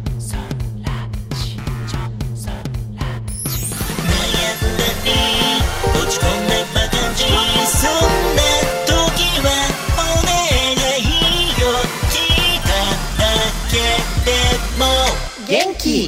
元気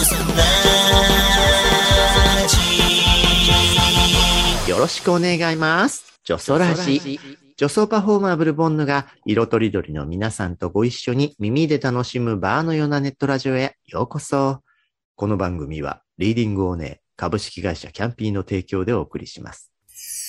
よろしくお願いします。ジョソラジ。ジョソパフォーマーブルボンヌが色とりどりの皆さんとご一緒に耳で楽しむバーのようなネットラジオへようこそ。この番組はリーディングオネー株式会社キャンピーの提供でお送りします。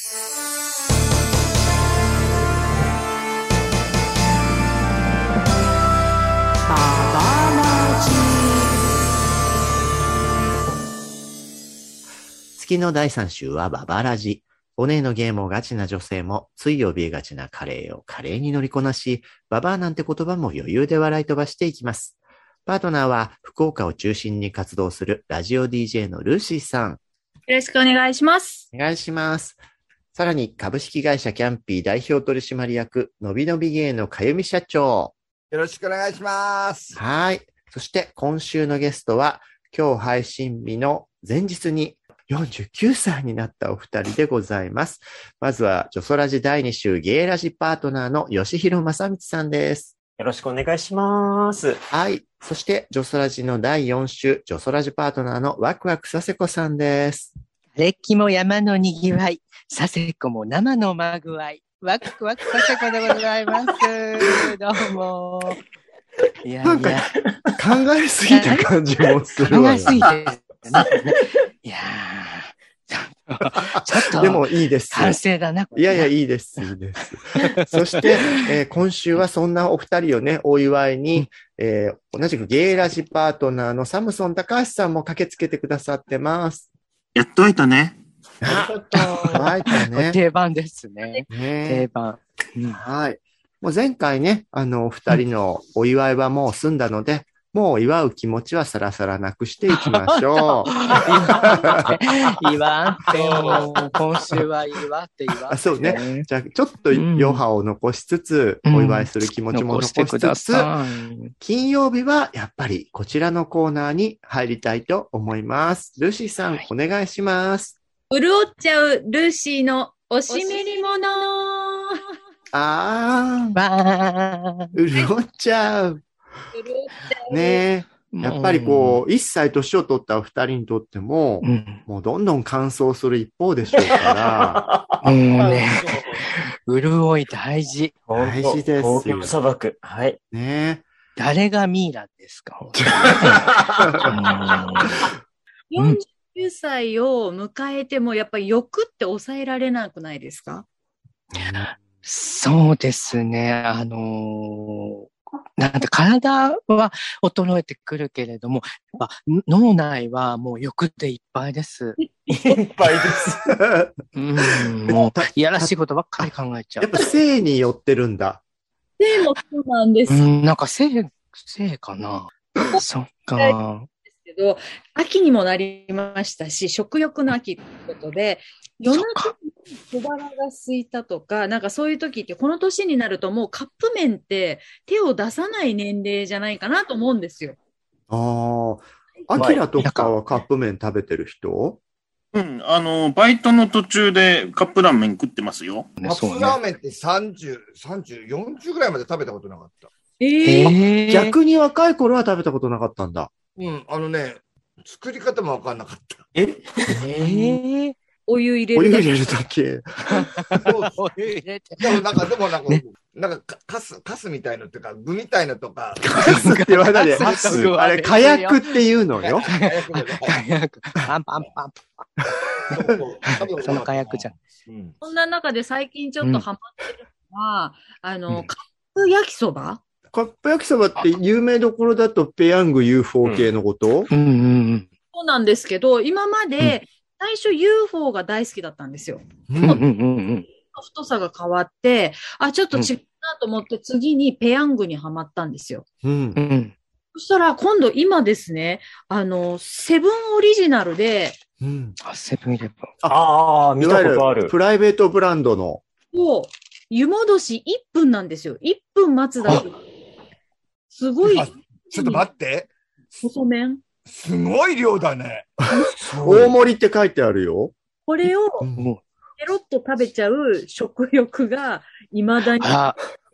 月の第3週はババラジ。お姉のゲームをガチな女性もつい怯えがちなカレーを華麗に乗りこなし、ババアなんて言葉も余裕で笑い飛ばしていきます。パートナーは福岡を中心に活動するラジオ DJ のルーシーさん。 よろしくお願いします。 お願いします。さらに株式会社キャンピー代表取締役、のびのびゲーのかゆみ社長。 よろしくお願いします。 はい。そして今週のゲストは、今日配信日の前日に49歳になったお二人でございます。まずは、ジョソラジ第2週ゲイラジパートナーの吉弘正道さんです。 よろしくお願いします。 はい。そして、ジョソラジの第4週、ジョソラジパートナーのワクワクさせこさんです。 れっきも山のにぎわい、させこも生のまぐわい、ワクワクさせこでございます。どうも。いやいや。 なんか考えすぎた感じもするわよ。 考えすぎて、ね。いやー、ちょっと。 でもいいです。 反省だな。 いやいや、いいです。いいです。そして、今週はそんなお二人をね、お祝いに、同じくゲイラジパートナーのサムソン高橋さんも駆けつけてくださってます。 やっといたね。 はい、ね。 定番ですね。定番。 はい。もう前回ね、お二人のお祝いはもう済んだので、もう祝う気持ちはさらさらなくしていきましょう。 祝ってもう、今週は祝って。 そうね。じゃあ、ちょっと余波を残しつつ、お祝いする気持ちも残しつつ、金曜日はやっぱりこちらのコーナーに入りたいと思います。ルーシーさん、お願いします。 潤っちゃうルーシーのおしめりもの。 潤っちゃう。ねえ。やっぱりこう、一歳年を取ったお二人にとっても、もうどんどん乾燥する一方でしょうから。 もうね、潤い大事。 大事ですよ。 東京砂漠。はい。 ねえ。 誰がミイラですか 49歳を迎えても、やっぱり欲って抑えられなくないですか？ そうですね。なんて体は衰えてくるけれども、やっぱ脳内はもう欲でいっぱいです。 いっぱいです。 もういやらしいことばっかり考えちゃう。 やっぱ性によってるんだ。 性もそうなんです。 なんか性かな。そっか。 けど、秋にもなりましたし、食欲の秋ということで、夜中に小腹が空いたとか、なんかそういう時って、この年になるともうカップ麺って手を出さない年齢じゃないかなと思うんですよ。 アキラとかはカップ麺食べてる人？ うん、バイトの途中でカップラーメン食ってますよ。 カップラーメンって30、40ぐらいまで食べたことなかった。 逆に若い頃は食べたことなかったんだ。 作り方もわかんなかった。 お湯入れるだけ。 お湯入れて。 でもなんか、カスみたいのっていうか、具みたいのとか。 カスって言わないで。あれ、火薬って言うのよ。 火薬。パン。その火薬じゃん。 そんな中で最近ちょっとハマってるのは、カップ焼きそば？ カップ焼きそばって有名どころだとペヤング UFO 系のこと？ そうなんですけど、今まで最初 UFO が大好きだったんですよ。太さが変わって、ちょっと違うなと思って次にペヤングにはまったんですよ。そしたら今度今ですね、セブンオリジナルで、 セブンイレブン。 見たことある。 プライベートブランドの。 湯戻し1分なんですよ。1分待つだけ。すごい。 ちょっと待って。 細麺。 すごい量だね。 大盛りって書いてあるよ。 これをもペロッと食べちゃう食欲が未だにあ、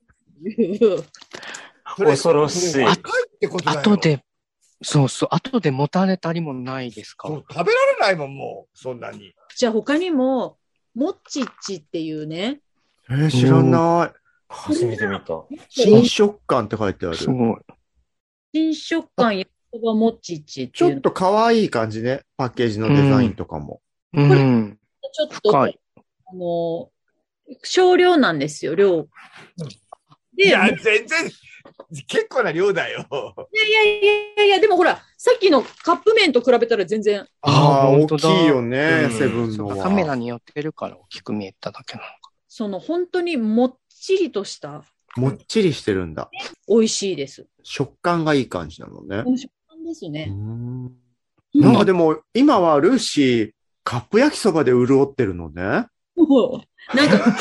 恐ろしい。 高いってことだよ。 後で、そうそう、後でもたれたりもないですか？ そう食べられないもん、もう、そんなに。 じゃあ他にも、モッチッチっていうね、 知らない。 初めて見た。 新食感って書いてある。 すごい。 新食感焼きそばモッチッチってちいうの。 ょっと可愛い感じね。パッケージのデザインとかも。 うん。 ちょっと、 深い。 少量なんですよ、量。で、 いや、全然、結構な量だよ。 いや、でもほら、さっきのカップ麺と比べたら全然、 ああ、大本当だきいよね、 うんセブンのは。 そうかカメラに寄ってるから大きく見えただけなのか。 本当にもっちりとした、 もっちりしてるんだ。 美味しいです。 食感がいい感じなのね。 食感ですね。 なんかでも、今はルーシー、カップ焼きそばで潤ってるのね。 もうなんか、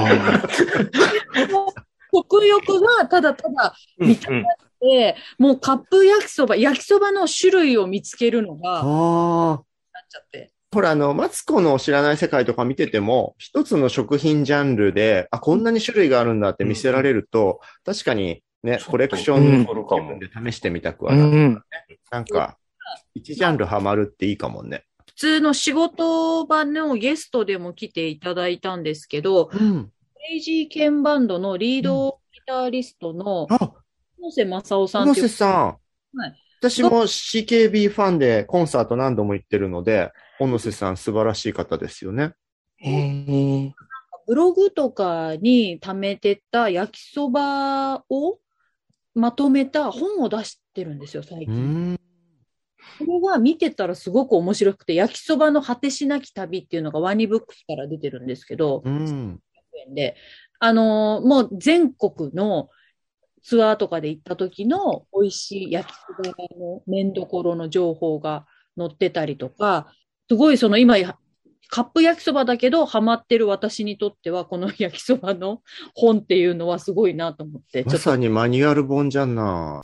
食欲がただただ満たされて、もうカップ焼きそばの種類を見つけるのが、なっああ。 ちゃって。 ほら、マツコの知らない世界とか見てても、一つの食品ジャンルで、あ、こんなに種類があるんだって見せられると、確かにね、コレクション取るかも。 で試してみたくはうなる。 ん。 なんか、一ジャンルハマるっていいかもね。 普通の仕事場のゲストでも来ていただいたんですけど、 うん。 クレイジーケンバンドのリードギタリストのあ、 野瀬正夫さん野っていう瀬さん。 はい私も CKB ファンでコンサート何度も行ってるので、小野瀬さん素晴らしい方ですよね。 ブログとかに貯めてた焼きそばをまとめた本を出してるんですよ、最近。これが見てたらすごく面白くて、焼きそばの果てしなき旅っていうのがワニブックスから出てるんですけど、で、もう全国のツアーとかで行った時の美味しい焼きそばの麺どころの情報が載ってたりとか、すごい今、カップ焼きそばだけどハマってる私にとっては、この焼きそばの本っていうのはすごいなと思って。 まさにマニュアル本じゃんな。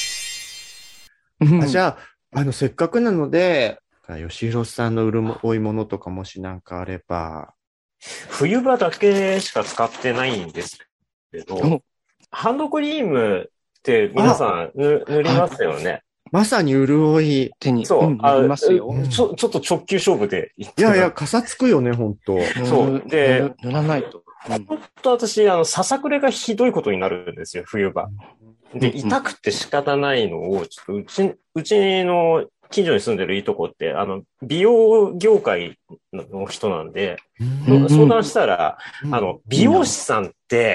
じゃあ、せっかくなので、吉弘さんの潤いものとかもしなんかあれば。 冬場だけしか使ってないんですけど、ハンドクリームって皆さん塗りますよね。 まさに潤い。 手に、 そう、 ありますよ。 ちょっと直球勝負で言って。 いやいや、かさつくよね、ほんと。 そう。で、 塗らないと。 本当私、ささくれがひどいことになるんですよ、冬場。で、痛くて仕方ないのを、ちょっとうちの近所に住んでるいいとこって、美容業界の人なんで、相談したら、美容師さんって、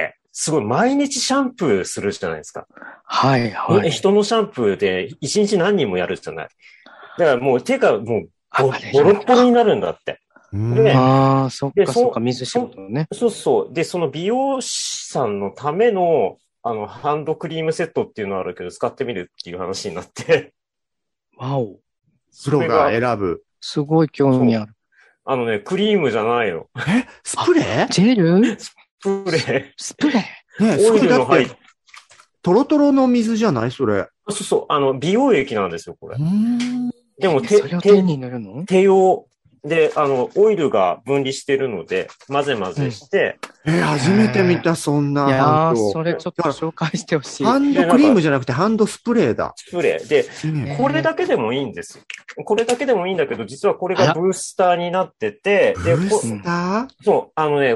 すごい毎日シャンプーするじゃないですか。 はいはい。 人のシャンプーで一日何人もやるじゃない。だからもう手がもうボロッボロになるんだって。 ああ、そっかそっか、水仕事ね。 そうそう。で、その美容師さんのための、ハンドクリームセットっていうのあるけど、使ってみるっていう話になって。 わお。 プロが選ぶ。 すごい興味ある。 クリームじゃないの。 スプレー？ ジェル？ スプレー。 スプレー？ ね、 オイルの入っトロトロの水じゃないそれ。 そうそう。美容液なんですよ、これ。でもそれを手に塗るの？ 手用。で、オイルが分離してるので、混ぜ混ぜして。 初めて見た、そんな。 いやー、それちょっと紹介してほしい。 ハンドクリームじゃなくてハンドスプレーだ。 スプレー。で、これだけでもいいんですよ。これだけでもいいんだけど、実はこれがブースターになってて、 ブースター？ そう、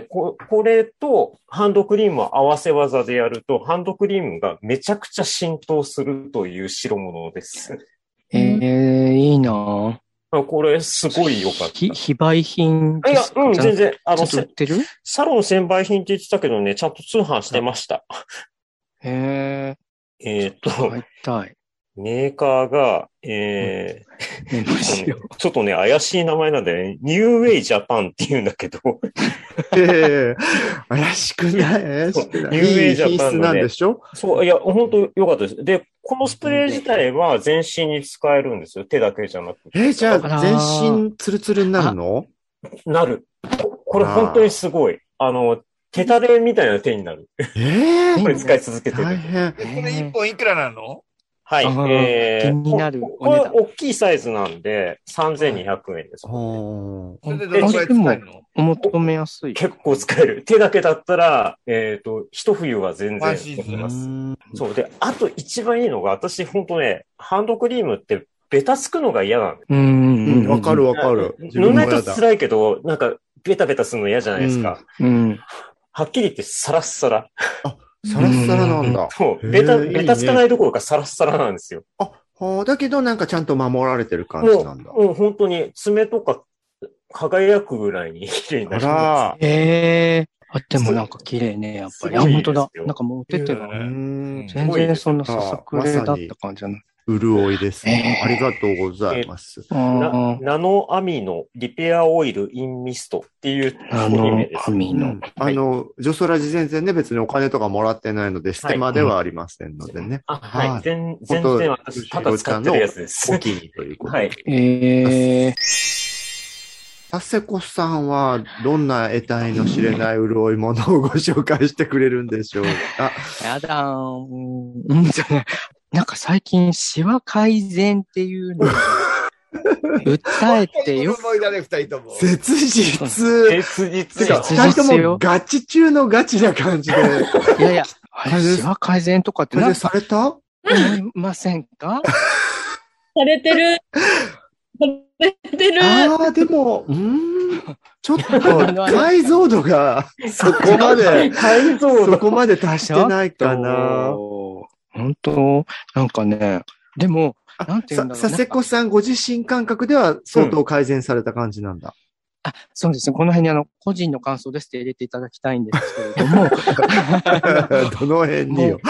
これとハンドクリームを合わせ技でやると、ハンドクリームがめちゃくちゃ浸透するという代物です。 いいなぁ。 これ、すごい良かった。 非売品いや、全然、 売ってる？ サロン専売品って言ってたけどね、ちゃんと通販してました。 買いたい。 メーカーが、ちょっとね、怪しい名前なんでね、ニューウェイジャパンって言うんだけど。 怪しくない。ニューウェイジャパンのね。 なんでしょ？ そう、いや、本当良かったです。で、このスプレー自体は全身に使えるんですよ。手だけじゃなくて。 じゃあ、全身ツルツルになるの？ なる。これ本当にすごい。手タレみたいな手になる。これ使い続けてる。 大変。 これ1本いくらなの？ はい。 気になるこれ、大きいサイズなんで、3200円です。 それでどれくらい使えるの？ お求めやすい。 結構使える。手だけだったら、一冬は全然持てます。そう。で、あと一番いいのが、私本当ね、ハンドクリームってベタつくのが嫌なんです。 わかるわかる。 塗らないと辛いけど、なんか、ベタベタするの嫌じゃないですか。はっきり言ってサラッサラ。 あ、サラッサラなんだ。 そう。ベタつかないどころかサラッサラなんですよ。 だけどなんかちゃんと守られてる感じなんだ。 もう本当に爪とか輝くぐらいに綺麗になります。 でもなんか綺麗ね、やっぱり。本当だ。なんか持ってては、全然そんなささくれだった感じじゃない。 潤いですね。ありがとうございます。 ナノアミノリペアオイルインミストっていうナノアミノ。 ジョソラジ全然ね、別にお金とかもらってないので、ステマではありませんのでね。 はい。全然私、ただ使ってるやつです。 お気に入りということで。 はい。 タセコさんはどんな得体の知れない潤いものをご紹介してくれるんでしょうか？ やだー。なんか最近、シワ改善っていうのを訴えてよ。 切実。 二人ともガチ中のガチな感じで。 いやいや、シワ改善とかって何された？ 思いませんか？ されてる。 でも、ちょっと解像度がそこまで達してないかな。 本当なんかね、でも、なんていうんだろう。 佐世子さんご自身感覚では相当改善された感じなんだ。 そうですね。この辺に個人の感想ですって入れていただきたいんですけれども。 どの辺によ。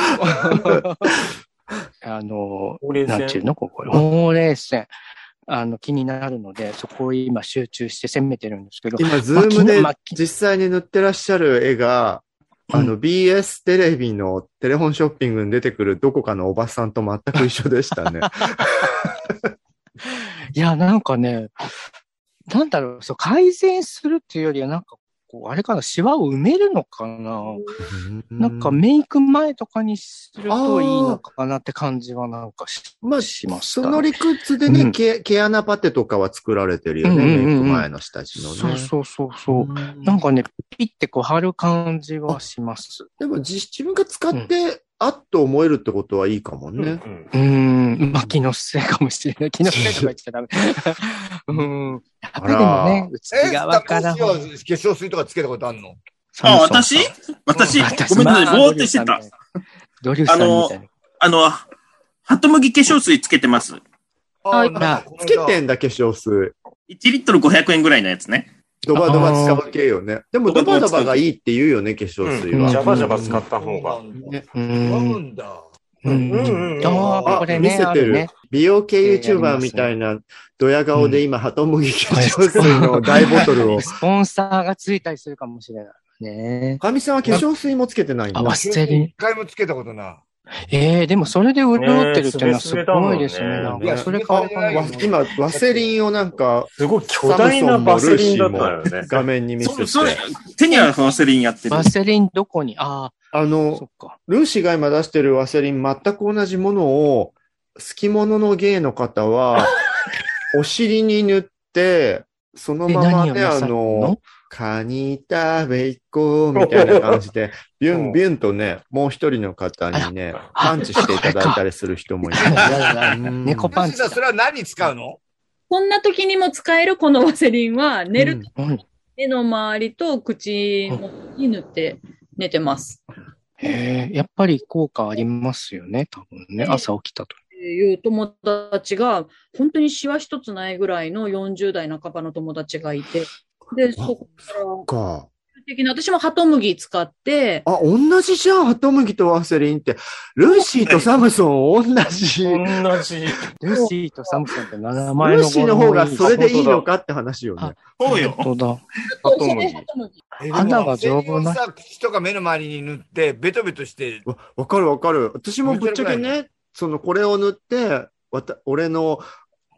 なんていうのこれ。ほうれい線。気になるので、そこを今集中して攻めてるんですけど。 今、ズームで実際に塗ってらっしゃる絵が、BS テレビのテレフォンショッピングに出てくるどこかのおばさんと全く一緒でしたね。 いや、なんかね、なんだろう、改善するっていうよりは、なんかあれかな、シワを埋めるのかな。なんかメイク前とかにするといいのかなって感じはなんかしました。 その理屈でね、毛穴パテとかは作られてるよね、メイク前の下地のね。 そう。なんかね、ピッて貼る感じはします。 でも自分が使って、あっと思えるってことはいいかもね。 気のせいかもしれない。気のせいとか言っちゃダメ。やっぱりでもね、内側から。 化粧水とかつけたことあるの？ 私ごめんなさい、ぼーってしてた。 ドリューさんみたいな。 ハトムギ化粧水つけてます。 つけてんだ、化粧水。 1リットル500円ぐらいのやつね。 ドバドバ使う系よね。でもドバドバがいいって言うよね、化粧水は。 ジャバジャバ使った方が。 これね。 見せてる。美容系 YouTuber みたいなドヤ顔で今、ハトムギ化粧水の大ボトルを。 スポンサーがついたりするかもしれないね。 かみさんは化粧水もつけてないんだ。 ワセリン。 一回もつけたことない。 でもそれで潤ってるっていうのはすごいですね。なんかそれか今、ワセリンをなんか、 すごい巨大なワセリンだったよね。 画面に見せて。 手にはワセリンやってる。 ワセリンどこに？ ルーシーが今出してるワセリン全く同じものを、好き者の芸の方は、お尻に塗って、そのままね、カニ食べ行こうみたいな感じで、ビュンビュンとね、もう一人の方にね、パンチしていただいたりする人もいる。 猫パンチ。 それは何使うの？ こんな時にも使えるこのワセリンは、寝ると目の周りと口に塗って寝てます。 やっぱり効果ありますよね、多分ね、朝起きたと。 いう友達が、本当にシワ一つないぐらいの40代半ばの友達がいて、で、そこから、私もハトムギ使って、 同じじゃん、ハトムギとワセリンって。ルーシーとサムソン同じ。 ルーシーとサムソンって名前のルーシーの方がそれでいいのかって話よね。 そうよ。 本当だ。 ハトムギ。 肌が丈夫な。 口とか目の周りに塗って、ベトベトして。 わかる。私もぶっちゃけね、これを塗って、俺の、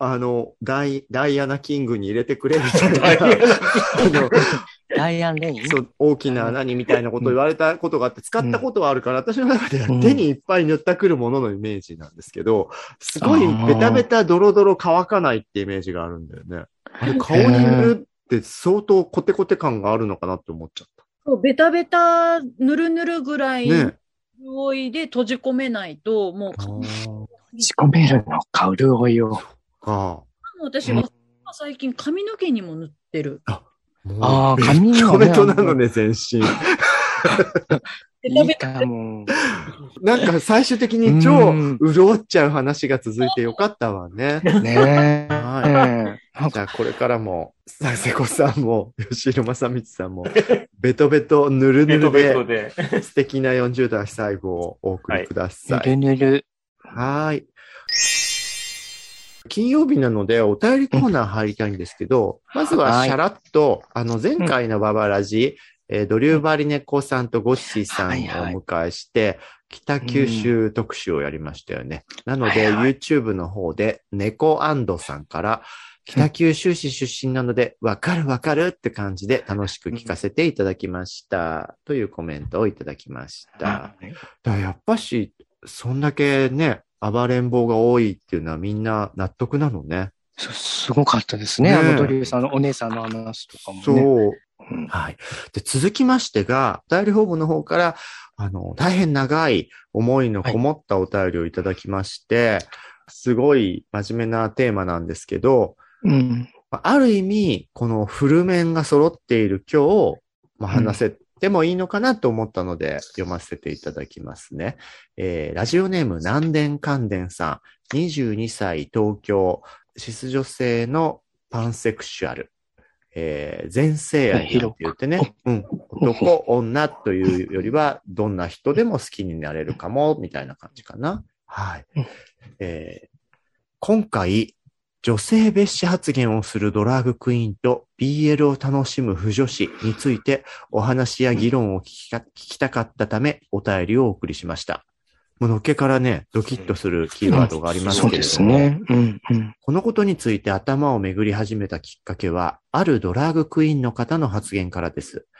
ダイアナキングに入れてくれみたいな、 ダイアンレインそう、大きな何みたいなことを言われたことがあって、使ったことはあるから、私の中では手にいっぱい塗ったくるもののイメージなんですけど、すごいベタベタドロドロ乾かないってイメージがあるんだよね。あれ、顔に塗るって相当コテコテ感があるのかなって思っちゃった。 そうベタベタ、ぬるぬるぐらい、 ね。 潤いで閉じ込めないと、もう、 仕込めるのか、潤いを。 私は最近髪の毛にも塗ってる。 ああ、髪のベトベトなのね、全身。 ベタベタ。 なんか最終的に超潤っちゃう話が続いてよかったわね。 ねえ。 はい。じゃあこれからも、佐世子さんも、吉野正光さんも、ベトベトぬるぬるで、素敵な40代最後をお送りください。 ぬるぬる。 はい。金曜日なのでお便りコーナー入りたいんですけど、まずはシャラッと、前回のババラジ、ドリューバリネコさんとゴッシーさんをお迎えして、北九州特集をやりましたよね。なので、YouTube の方で、猫アンドさんから、北九州市出身なので、わかるわかるって感じで楽しく聞かせていただきました。というコメントをいただきました。だからやっぱし、そんだけね、暴れん坊が多いっていうのはみんな納得なのね。 すごかったですね。ドリューさんのお姉さんの話とかもね。 そう。はい。で、続きましてが、お便りフォームの方から、大変長い思いのこもったお便りをいただきまして、すごい真面目なテーマなんですけど、ある意味、このフル面が揃っている今日、話せてもいいのかなと思ったので、読ませていただきますね。ラジオネーム、南電関電さん、22歳、東京、シス女性のパンセクシュアル。全性愛って言ってね、男、女というよりは、どんな人でも好きになれるかも、みたいな感じかな。はい。今回、女性蔑視発言をするドラァグクイーンと BL を楽しむ腐女子についてお話や議論を聞きたかったためお便りをお送りしました。もうのっけからね、ドキッとするキーワードがありますけれども、このことについて頭を巡り始めたきっかけは、あるドラァグクイーンの方の発言からです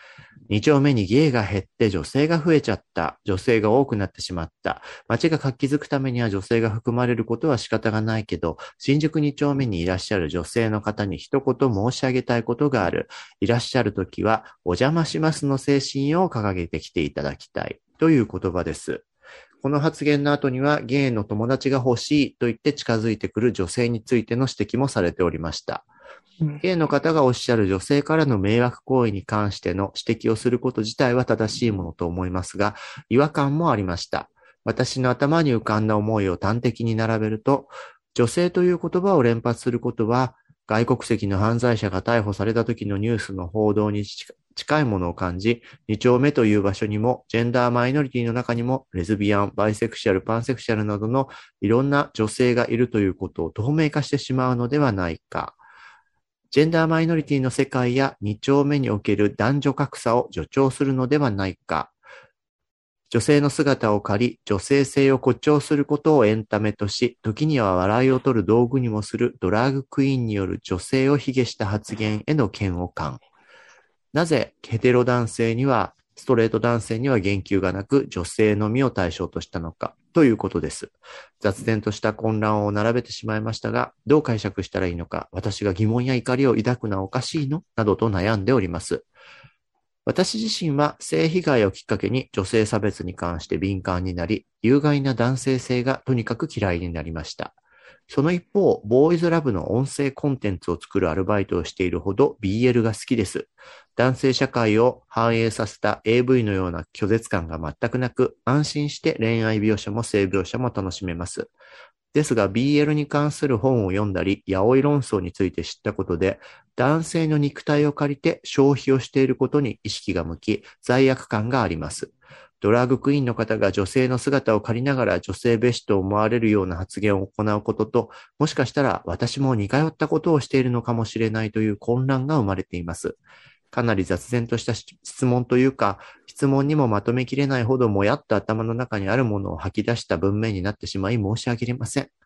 。2丁目にゲイが減って女性が増えちゃった。女性が多くなってしまった。街が活気づくためには女性が含まれることは仕方がないけど、新宿2丁目にいらっしゃる女性の方に一言申し上げたいことがある。いらっしゃるときは、お邪魔しますの精神を掲げてきていただきたい。という言葉です。この発言の後には、ゲイの友達が欲しいと言って近づいてくる女性についての指摘もされておりました。ゲイの方がおっしゃる女性からの迷惑行為に関しての指摘をすること自体は正しいものと思いますが、違和感もありました。私の頭に浮かんだ思いを端的に並べると、女性という言葉を連発することは、外国籍の犯罪者が逮捕された時のニュースの報道に近いものを感じ、2丁目という場所にも、ジェンダーマイノリティの中にも、レズビアン、バイセクシャル、パンセクシャルなどのいろんな女性がいるということを透明化してしまうのではないか。ジェンダーマイノリティの世界や2丁目における男女格差を助長するのではないか。女性の姿を借り、女性性を誇張することをエンタメとし、時には笑いを取る道具にもするドラァグクイーンによる女性を卑下した発言への嫌悪感。なぜヘテロ男性には、ストレート男性には言及がなく、女性のみを対象としたのか、ということです。雑然とした混乱を並べてしまいましたが、どう解釈したらいいのか、私が疑問や怒りを抱くのはおかしいのなどと悩んでおります。私自身は性被害をきっかけに女性差別に関して敏感になり、有害な男性性がとにかく嫌いになりました。その一方、ボーイズラブの音声コンテンツを作るアルバイトをしているほど BL が好きです。男性社会を反映させた AV のような拒絶感が全くなく、安心して恋愛描写も性描写も楽しめます。ですが BL に関する本を読んだり、ヤオイ論争について知ったことで、男性の肉体を借りて消費をしていることに意識が向き、罪悪感があります。ドラァグクイーンの方が女性の姿を借りながら女性蔑視と思われるような発言を行うことと、もしかしたら私も似通ったことをしているのかもしれないという混乱が生まれています。かなり雑然とした質問というか、質問にもまとめきれないほどもやっと頭の中にあるものを吐き出した文面になってしまい申し訳ありません。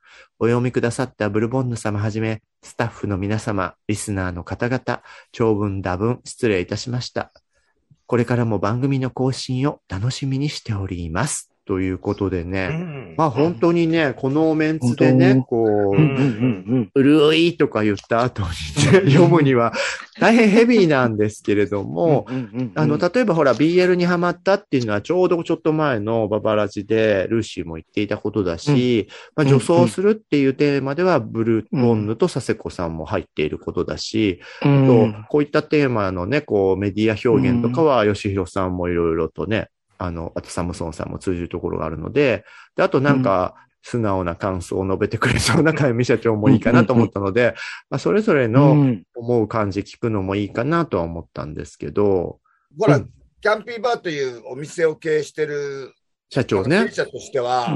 お読みくださったブルボンヌ様はじめ、スタッフの皆様、リスナーの方々、長文多文失礼いたしました。これからも番組の更新を楽しみにしております。ということでね、まあ本当にね、このメンツでね、こう、うるいとか言った後に、ね、読むには大変ヘビーなんですけれども、例えばほら BL にハマったっていうのはちょうどちょっと前のババラジでルーシーも言っていたことだし、まあ女装するっていうテーマではブルボンヌと佐世子さんも入っていることだし、とこういったテーマのね、こうメディア表現とかは吉弘さんもいろいろとね、あとサムソンさんも通じるところがあるので、で、あとなんか、素直な感想を述べてくれそうなかゆみ社長もいいかなと思ったので、まあ、それぞれの思う感じ聞くのもいいかなとは思ったんですけど。 ほら、キャンピーバーというお店を経営してる社長ね。 経営者としては、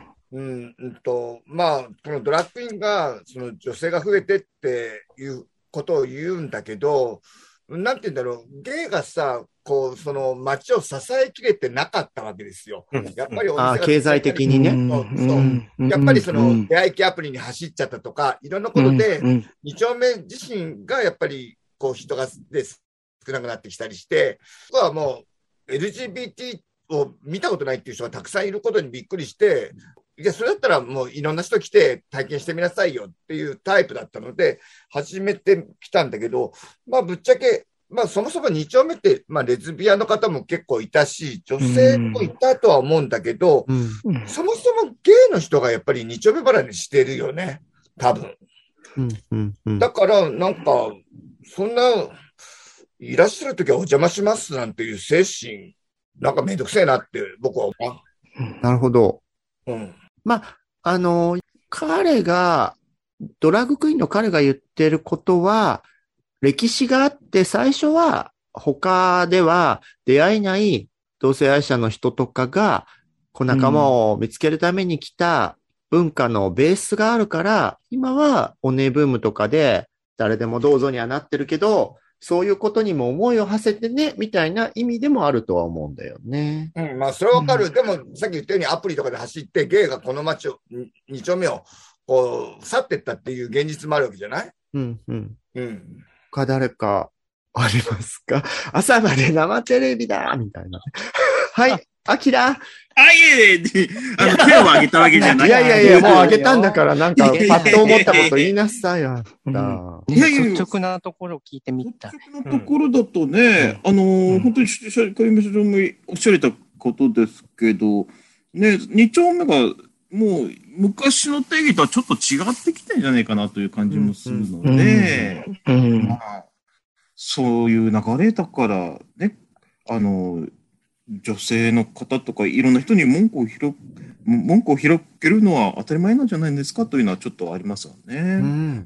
まあ、このドラッグインが、その女性が増えてっていうことを言うんだけど、なんて言うんだろう、ゲイがさ、こう、その街を支えきれてなかったわけですよ。やっぱりお店が経済的にね。 そう。やっぱりその出会い系アプリに走っちゃったとか、いろんなことで、二丁目自身がやっぱり、こう人が少なくなってきたりして、僕はもう LGBT を見たことないっていう人がたくさんいることにびっくりして、いや、それだったらもういろんな人来て体験してみなさいよっていうタイプだったので、始めてきたんだけど、まあぶっちゃけ、まあそもそも2丁目って、まあレズビアの方も結構いたし、女性もいたとは思うんだけど、そもそもゲイの人がやっぱり2丁目払いにしてるよね、多分。だからなんか、そんな、いらっしゃるときはお邪魔しますなんていう精神、なんかめんどくせえなって僕は思う。 なるほど。まあ、彼が、ドラッグクイーンの彼が言ってることは、歴史があって、最初は他では出会えない同性愛者の人とかが、仲間を見つけるために来た文化のベースがあるから、今はオネブームとかで誰でもどうぞにはなってるけど、そういうことにも思いを馳せてね、みたいな意味でもあるとは思うんだよね。 まあ、それはわかる。でも、さっき言ったようにアプリとかで走って、ゲイがこの街を、2丁目を、こう、去ってったっていう現実もあるわけじゃない？ 他誰かありますか？朝まで生テレビだみたいな。はい、アキラ。 手を挙げたわけじゃない。 いや、もう挙げたんだから、なんか、パッと思ったこと言いなさいよ。 率直なところを聞いてみたい。 率直なところだとね、本当に、かゆみ社長もおっしゃられたことですけど、ね、2丁目が、もう、昔の定義とはちょっと違ってきてるんじゃないかなという感じもするので、まあ、そういう流れだから、ね、女性の方とかいろんな人に文句を広げるのは当たり前なんじゃないんですかというのはちょっとありますよね。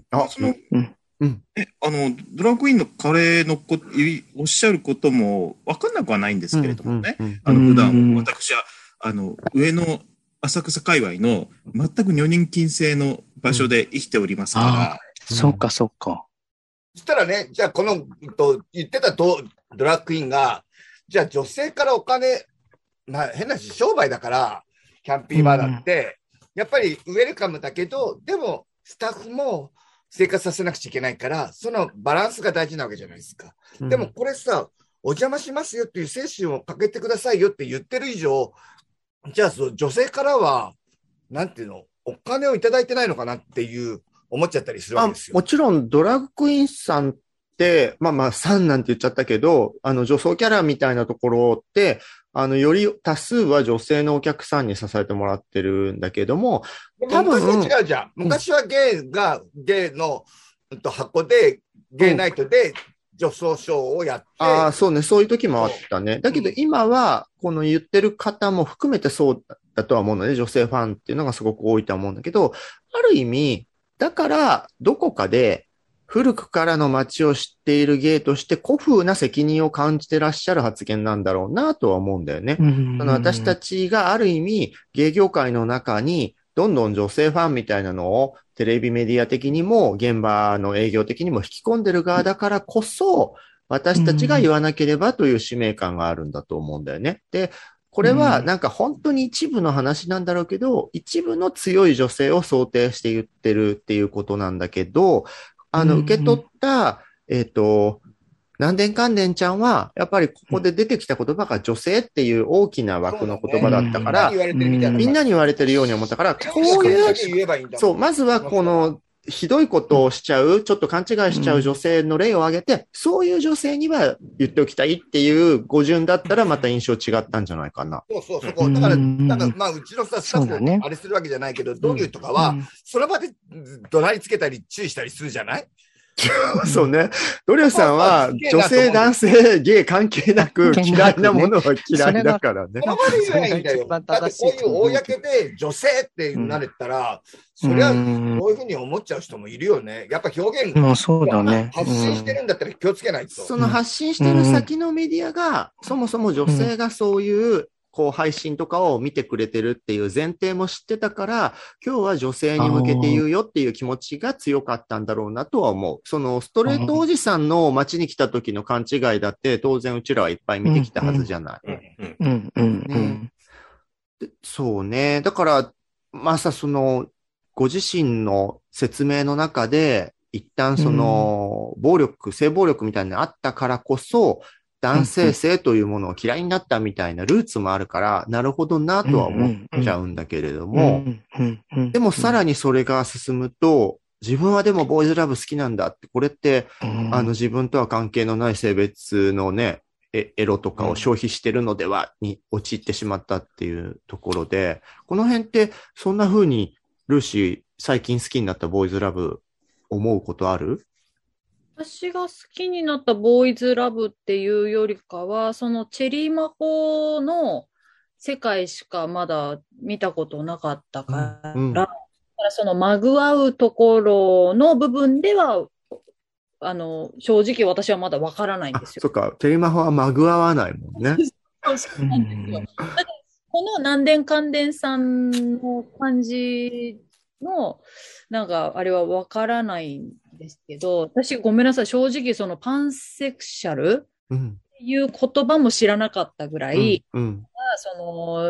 ドラッグインの彼のおっしゃることも分かんなくはないんですけれどもね、普段私は上の浅草界隈の全く女人禁制の場所で生きておりますから。 そうか、そうか。 そしたらね、じゃあこの言ってたドラッグインが、じゃあ女性からお金、まあ変なし商売だから、キャンピーバーだって、やっぱりウェルカムだけど、でもスタッフも生活させなくちゃいけないから、そのバランスが大事なわけじゃないですか。でもこれさ、お邪魔しますよっていう精神をかけてくださいよって言ってる以上、じゃあ女性からは、なんていうの、お金をいただいてないのかなっていう思っちゃったりするわけですよ。 もちろんドラッグクイーンさんって、さんなんて言っちゃったけど、女装キャラみたいなところって、より多数は女性のお客さんに支えてもらってるんだけども、 多分昔は違うじゃん。昔はゲイの箱で、ゲイナイトで女装ショーをやって。 そうね、そういう時もあったね。だけど今は、この言ってる方も含めてそうだとは思うので、女性ファンっていうのがすごく多いとは思うんだけど、ある意味、だから、どこかで、古くからの街を知っているゲイとして古風な責任を感じてらっしゃる発言なんだろうなとは思うんだよね。私たちがある意味ゲイ業界の中にどんどん女性ファンみたいなのをテレビメディア的にも現場の営業的にも引き込んでる側だからこそ私たちが言わなければという使命感があるんだと思うんだよね。で、 これはなんか本当に一部の話なんだろうけど、一部の強い女性を想定して言ってるっていうことなんだけど、受け取った、南電関電ちゃんは、やっぱりここで出てきた言葉が女性っていう大きな枠の言葉だったから、みんなに言われてるように思ったから、こういう、そう、まずはこの、ひどいことをしちゃう、ちょっと勘違いしちゃう女性の例を挙げて、そういう女性には言っておきたいっていう語順だったらまた印象違ったんじゃないかな。 そう、そこ。だから、なんか、まあ、うちのさ、スタッフあれするわけじゃないけど、ドギュとかは、その場で怒鳴りつけたり注意したりするじゃない？ そうね。ドリューさんは、女性、男性、ゲイ関係なく嫌いなものは嫌いだからね。 その場で言えばいいんだよ。だってこういう公で女性ってなれたら、そりゃ、こういうふうに思っちゃう人もいるよね。やっぱ表現が発信してるんだったら気をつけないと。 その発信してる先のメディアが、そもそも女性がそういう、こう配信とかを見てくれてるっていう前提も知ってたから、今日は女性に向けて言うよっていう気持ちが強かったんだろうなとは思う。そのストレートおじさんの街に来た時の勘違いだって当然うちらはいっぱい見てきたはずじゃない。そうね。だから、まさその、ご自身の説明の中で、一旦その、暴力、性暴力みたいなのがあったからこそ、男性性というものを嫌いになったみたいなルーツもあるから、なるほどなとは思っちゃうんだけれども、でもさらにそれが進むと、自分はでもボーイズラブ好きなんだって、これって、自分とは関係のない性別のね、エロとかを消費してるのではに陥ってしまったっていうところで、この辺ってそんな風にルーシー最近好きになったボーイズラブ思うことある？ 私が好きになったボーイズラブっていうよりかは、そのチェリーマコの世界しかまだ見たことなかったから、そのまぐわうところの部分では、正直私はまだわからないんですよ。 そっか、チェリーマコはまぐわわないもんね。 そうなんですよ。この南電関電さんの感じの、なんか、あれはわからないんですけど、私ごめんなさい、正直そのパンセクシャルっていう言葉も知らなかったぐらい、その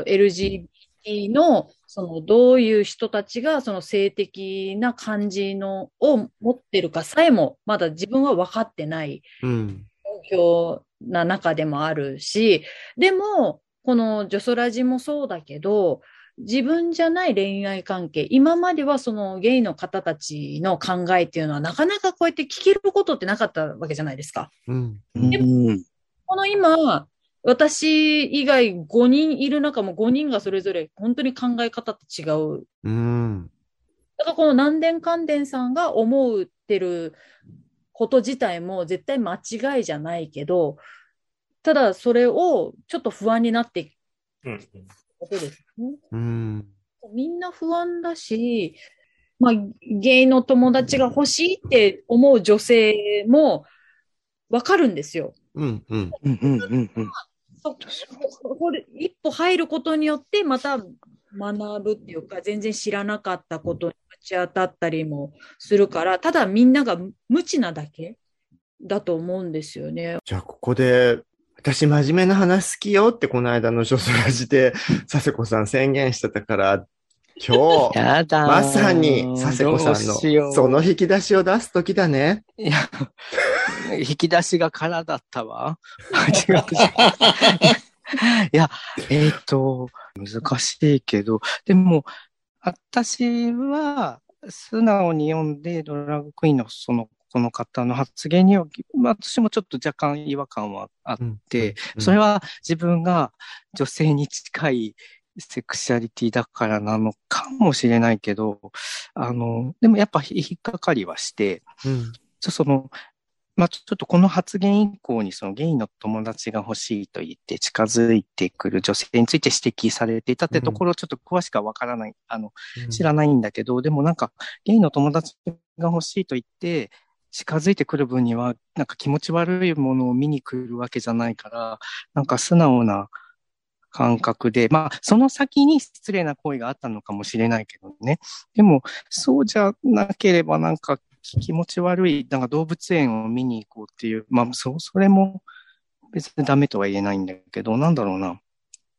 LGBT の、そのどういう人たちがその性的な感じのを持ってるかさえも、まだ自分は分かってない状況な中でもあるし、でも、このジョソラジもそうだけど、自分じゃない恋愛関係、今まではそのゲイの方たちの考えっていうのはなかなかこうやって聞けることってなかったわけじゃないですか。でもこの今、私以外5人いる中も5人がそれぞれ本当に考え方って違う。だからこの南電関電さんが思ってること自体も絶対間違いじゃないけど、ただそれをちょっと不安になっていくことですね。みんな不安だし、まあ、ゲイの友達が欲しいって思う女性もわかるんですよ。一歩入ることによってまた学ぶっていうか、全然知らなかったことにぶち当たったりもするから、ただみんなが無知なだけだと思うんですよね。 じゃあここで私真面目な話好きよってこの間のジョソラジで佐世子さん宣言してたから、今日まさに佐世子さんのその引き出しを出す時だね。 いや、引き出しが空だったわ。違う。いや、難しいけど、でも、私は素直に読んでドラッグクイーンのこの方の発言には、私もちょっと若干違和感はあって、それは自分が女性に近いセクシャリティだからなのかもしれないけど、でもやっぱ引っかかりはして、ちょっとこの発言以降にそのゲイの友達が欲しいと言って近づいてくる女性について指摘されていたってところをちょっと詳しくはわからない、知らないんだけど、でもなんかゲイの友達が欲しいと言って近づいてくる分にはなんか気持ち悪いものを見に来るわけじゃないから、なんか素直な感覚で、その先に失礼な行為があったのかもしれないけどね。でも、そうじゃなければなんか気持ち悪い、なんか動物園を見に行こうっていう、それも別にダメとは言えないんだけど、なんだろうな。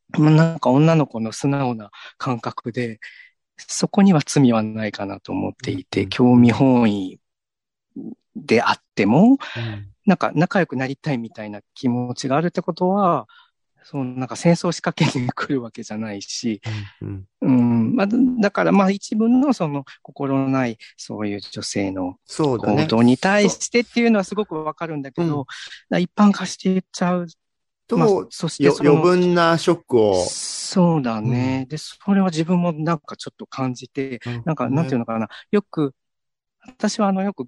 なんか女の子の素直な感覚で、そこには罪はないかなと思っていて、興味本位であっても、なんか仲良くなりたいみたいな気持ちがあるってことは、なんか戦争を仕掛けに来るわけじゃないし、まあ、だからまあ一部の心のないそういう女性の行動に対してっていうのはすごくわかるんだけど、一般化していっちゃう。 と、まあ、そして余分なショックを。 そうだね。で、それは自分もなんかちょっと感じて、なんかなんていうのかな。私はよく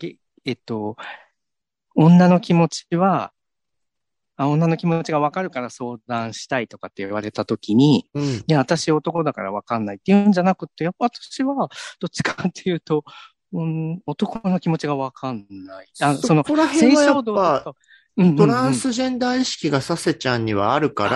女の気持ちがわかるから相談したいとかって言われたときに、いや、私男だからわかんないって言うんじゃなくて、やっぱ私はどっちかっていうと、男の気持ちがわかんない。 そこら辺はやっぱ、トランスジェンダー意識がサセちゃんにはあるから、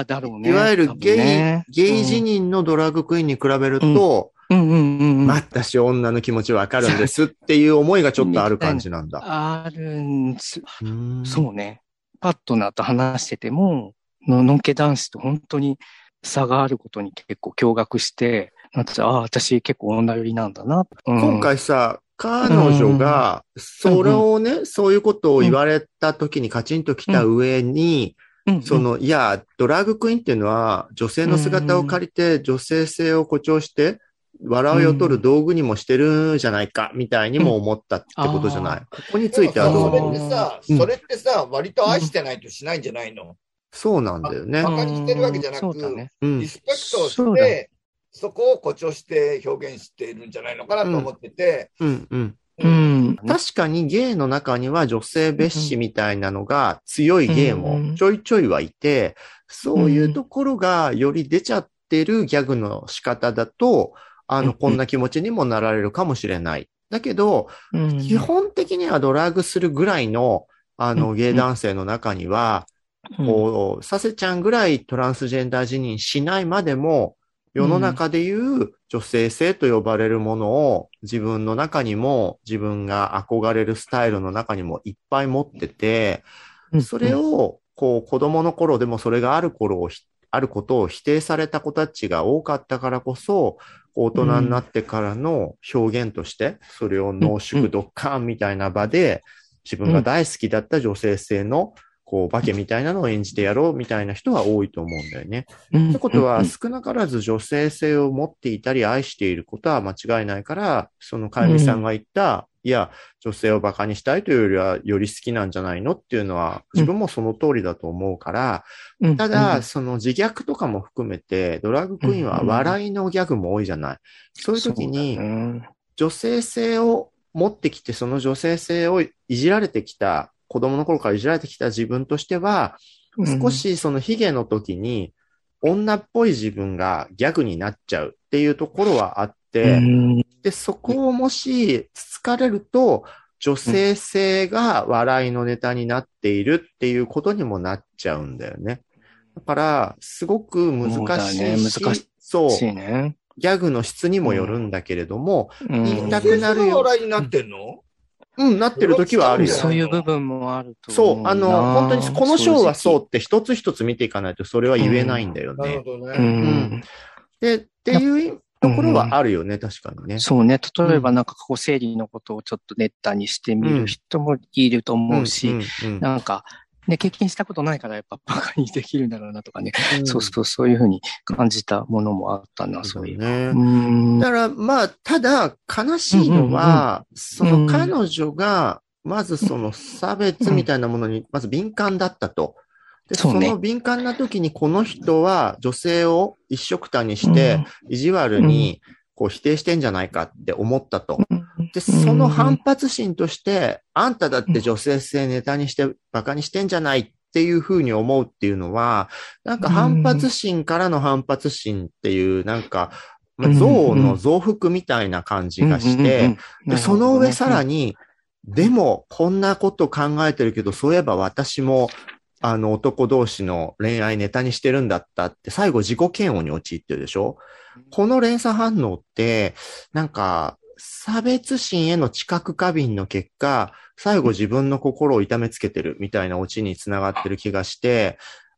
だろうね。 いわゆるゲイ自認のドラッグクイーンに比べると、私女の気持ちわかるんですっていう思いがちょっとある感じなんだ。 あるんです。そうね。パートナーと話してても、のんけ男子と本当に差があることに結構驚愕して、私結構女寄りなんだな。 今回さ、彼女が、それをね、そういうことを言われた時にカチンときた上に、いや、ドラッグクイーンっていうのは、女性の姿を借りて、女性性を誇張して、笑いを取る道具にもしてるじゃないか、みたいにも思ったってことじゃない。ここについてはどう思う？ それってさ、割と愛してないとしないんじゃないの？ そうなんだよね。 馬鹿にしてるわけじゃなく、リスペクトをして、そこを誇張して表現しているんじゃないのかなと思ってて。 確かにゲイの中には女性蔑視みたいなのが強いゲイもちょいちょいはいて、そういうところがより出ちゃってるギャグの仕方だと、こんな気持ちにもなられるかもしれない。だけど、基本的にはドラッグするぐらいの、ゲイ男性の中には、サセちゃんぐらいトランスジェンダー自認しないまでも、世の中でいう女性性と呼ばれるものを自分の中にも自分が憧れるスタイルの中にもいっぱい持ってて、それを子供の頃でもそれがあることを否定された子たちが多かったからこそ、大人になってからの表現として、それを濃縮ドッカンみたいな場で自分が大好きだった女性性の化けみたいなのを演じてやろうみたいな人は多いと思うんだよね。ってことは、少なからず女性性を持っていたり愛していることは間違いないから、そのかゆみさんが言った、いや、女性を馬鹿にしたいというよりは、より好きなんじゃないのっていうのは、自分もその通りだと思うから、ただ、その自虐とかも含めて、ドラッグクイーンは笑いのギャグも多いじゃない。そういう時に、女性性を持ってきて、その女性性をいじられてきた、子供の頃からいじられてきた自分としては、少しそのヒゲの時に女っぽい自分がギャグになっちゃうっていうところはあって、で、そこをもしつつかれると、女性性が笑いのネタになっているっていうことにもなっちゃうんだよね。だから、すごく難しいし、そう、ギャグの質にもよるんだけれども、言いたくなるよ。 笑いになってんの？ なってる時はあるよ。 そういう部分もあるとそう、本当にこの章はそうって一つ一つ見ていかないとそれは言えないんだよね。 なるほどね。 で、っていうところはあるよね、確かにね。 そうね。例えばなんか生理のことをちょっとネタにしてみる人もいると思うし、なんか、ね、経験したことないからやっぱバカにできるんだろうなとかね。そういうふうに感じたものもあったな、そういうね。だからまあ、ただ悲しいのは、その彼女が、まずその差別みたいなものに、まず敏感だったと。で、その敏感な時にこの人は女性を一緒くたにして、意地悪に否定してんじゃないかって思ったと。で、その反発心として、あんただって女性性ネタにして馬鹿にしてんじゃないっていうふうに思うっていうのは、なんか反発心からの反発心っていう、なんか、象の増幅みたいな感じがして、で、その上さらに、でも、こんなこと考えてるけど、そういえば私も、男同士の恋愛ネタにしてるんだったって、最後自己嫌悪に陥ってるでしょ？この連鎖反応って、なんか、差別心への知覚過敏の結果、最後自分の心を痛めつけてるみたいなオチにつながってる気がして、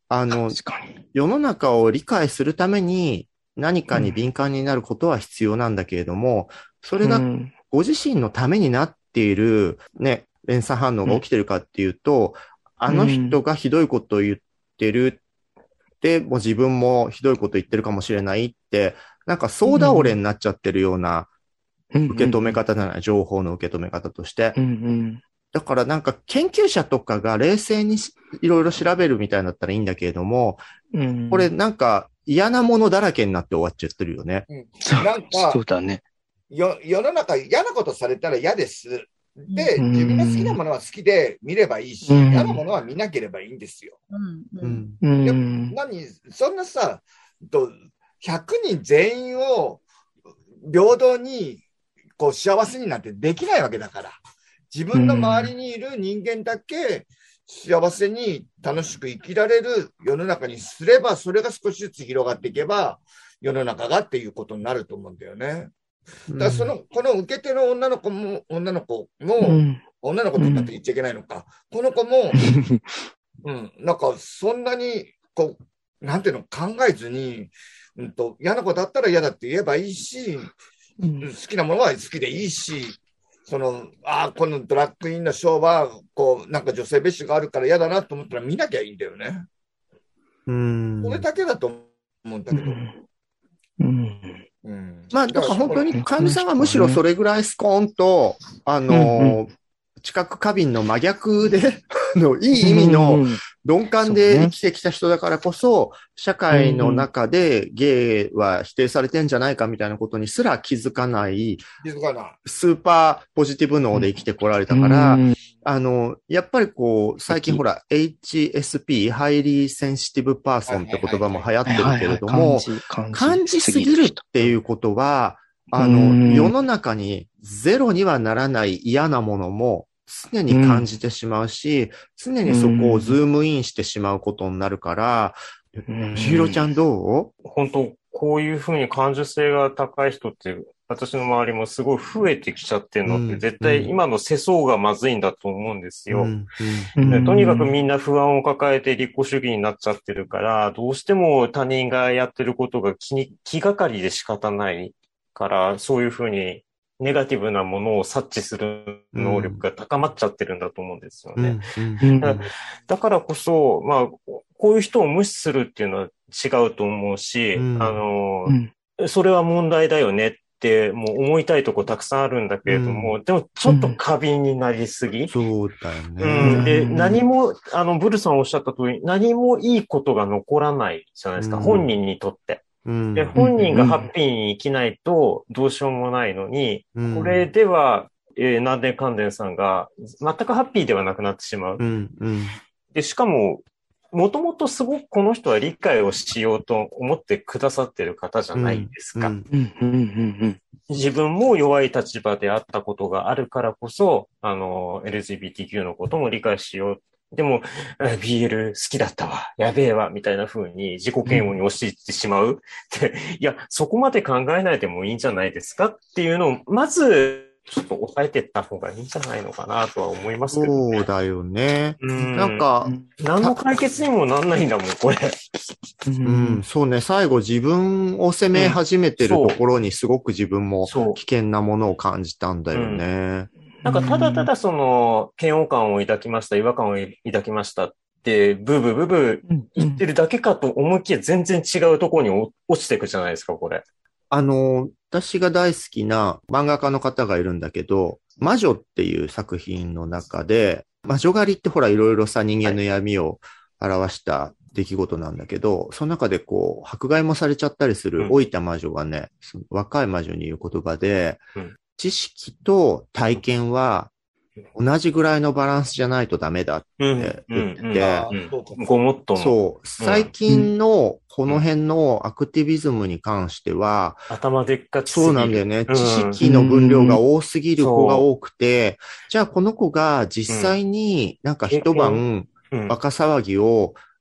確かに。 世の中を理解するために何かに敏感になることは必要なんだけれども、それがご自身のためになっているね、連鎖反応が起きてるかっていうと、あの人がひどいことを言ってるって、もう自分もひどいこと言ってるかもしれないって、なんか総倒れになっちゃってるような受け止め方じゃない、情報の受け止め方として。だからなんか研究者とかが冷静にいろいろ調べるみたいだったらいいんだけれども、これなんか嫌なものだらけになって終わっちゃってるよね。 なんか、 そうだね。 世の中嫌なことされたら嫌です。で、自分が好きなものは好きで見ればいいし、嫌なものは見なければいいんですよ。でもそんなさ、100人全員を平等にこう幸せになんてできないわけだから。自分の周りにいる人間だけ幸せに楽しく生きられる世の中にすれば、それが少しずつ広がっていけば、世の中がっていうことになると思うんだよね。だからこの受け手の女の子も、女の子とだって言っちゃいけないのか。この子も、なんかそんなに、こう、なんていうの、考えずに、嫌な子だったら嫌だって言えばいいし、好きなものは好きでいいし、このドラッグインのショーは、こう、なんか女性蔑視があるから嫌だなと思ったら見なきゃいいんだよね。これだけだと思うんだけど。 まあ、だから本当に、かみさんはむしろそれぐらいスコーンと、知覚過敏の真逆で、いい意味の鈍感で生きてきた人だからこそ、社会の中でゲイは否定されてんじゃないかみたいなことにすら気づかない、スーパーポジティブ脳で生きてこられたから、やっぱりこう、最近ほら、HSP、ハイリーセンシティブパーソンって言葉も流行ってるけれども、感じすぎるっていうことは、世の中にゼロにはならない嫌なものも常に感じてしまうし、常にそこをズームインしてしまうことになるから、しひろちゃんどう？ 本当、こういうふうに感受性が高い人って、私の周りもすごい増えてきちゃってるのって、絶対今の世相がまずいんだと思うんですよ。とにかくみんな不安を抱えて利己主義になっちゃってるから、どうしても他人がやってることが気がかりで仕方ないから、そういうふうにネガティブなものを察知する能力が高まっちゃってるんだと思うんですよね。だからこそ、まあ、こういう人を無視するっていうのは違うと思うし、それは問題だよねってもう思いたいとこたくさんあるんだけれども、でもちょっと過敏になりすぎ。 そうだよね。 で、何も、ブルさんおっしゃった通り、何もいいことが残らないじゃないですか、本人にとって。で、本人がハッピーに生きないとどうしようもないのに、これでは、南電関電さんが全くハッピーではなくなってしまう。で、しかも、もともとすごくこの人は理解をしようと思ってくださってる方じゃないですか。自分も弱い立場であったことがあるからこそ、LGBTQ のことも理解しよう。でも、BL 好きだったわ、やべえわ、みたいな風に自己嫌悪に押し入ってしまう。で、いや、そこまで考えないでもいいんじゃないですかっていうのを、まず、ちょっと抑えていった方がいいんじゃないのかなとは思いますけどね。 そうだよね。なんか、 何の解決にもなんないんだもん、これ。 そうね。最後自分を責め始めてるところにすごく自分も危険なものを感じたんだよね。 なんかただただ嫌悪感を抱きました、違和感を抱きましたって、ブーブーブーブー言ってるだけかと思いきや全然違うところに落ちていくじゃないですか、これ。 私が大好きな漫画家の方がいるんだけど、魔女っていう作品の中で、魔女狩りってほらいろいろさ人間の闇を表した出来事なんだけど、その中でこう迫害もされちゃったりする老いた魔女がね、若い魔女に言う言葉で、知識と体験は同じぐらいのバランスじゃないとダメだって言って、 ごもっとも。 そう。最近のこの辺のアクティビズムに関しては、 頭でっかちすぎる。 そうなんだよね。知識の分量が多すぎる子が多くて、じゃあこの子が実際になんか一晩バカ騒ぎを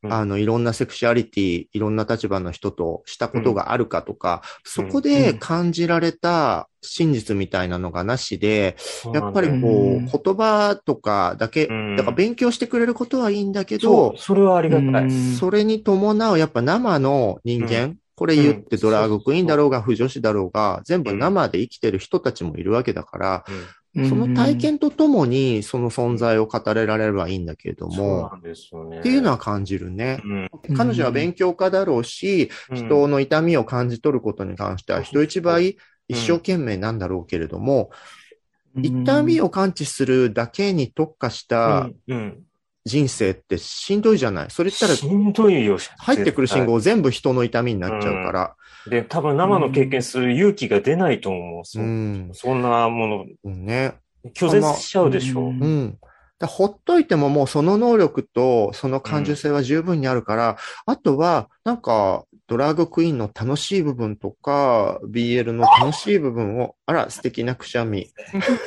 いろんなセクシュアリティ、いろんな立場の人としたことがあるかとか、そこで感じられた真実みたいなのがなしで、やっぱりこう、言葉とかだけ、だから勉強してくれることはいいんだけど、 それはありがたい。 それに伴うやっぱ生の人間、これ言ってドラァグクイーンだろうが、不女子だろうが、全部生で生きてる人たちもいるわけだから、その体験とともにその存在を語れられればいいんだけれども、っていうのは感じるね。彼女は勉強家だろうし、人の痛みを感じ取ることに関しては人一倍一生懸命なんだろうけれども、痛みを感知するだけに特化した人生ってしんどいじゃない。それ言ったら、 しんどいよ。 入ってくる信号全部人の痛みになっちゃうから。 で、多分生の経験する勇気が出ないと思う。そんなもの。 ね。 拒絶しちゃうでしょ。 ほっといてももうその能力とその感受性は十分にあるから、あとはなんかドラァグクイーンの楽しい部分とか、BL の楽しい部分を、あら素敵なくしゃみ。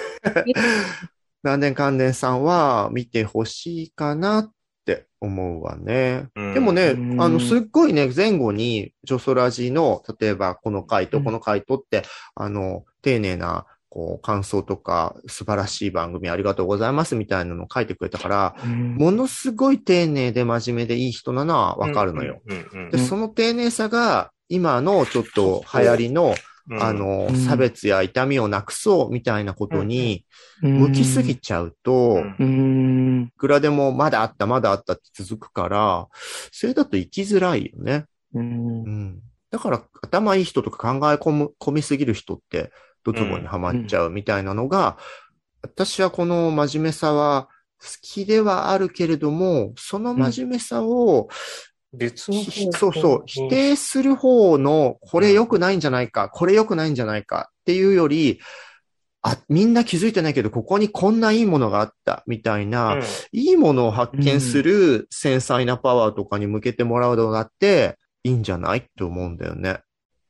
南電関連さんは見てほしいかなって思うわね。でもね、すっごいね、前後にジョソラジの、例えばこの回とこの回とって、丁寧な、こう、感想とか、素晴らしい番組ありがとうございますみたいなのを書いてくれたから、ものすごい丁寧で真面目でいい人なのはわかるのよ。で、その丁寧さが、今のちょっと流行りの、差別や痛みをなくそうみたいなことに向きすぎちゃうと、いくらでもまだあったって続くから、それだと生きづらいよね。だから頭いい人とか考え込みすぎる人ってドツボにはまっちゃうみたいなのが、私はこの真面目さは好きではあるけれども、その真面目さを、否定する方の、これ良くないんじゃないか、これ良くないんじゃないかっていうより、みんな気づいてないけど、ここにこんないいものがあった、みたいな、いいものを発見する繊細なパワーとかに向けてもらうのがあって、いいんじゃないって思うんだよね。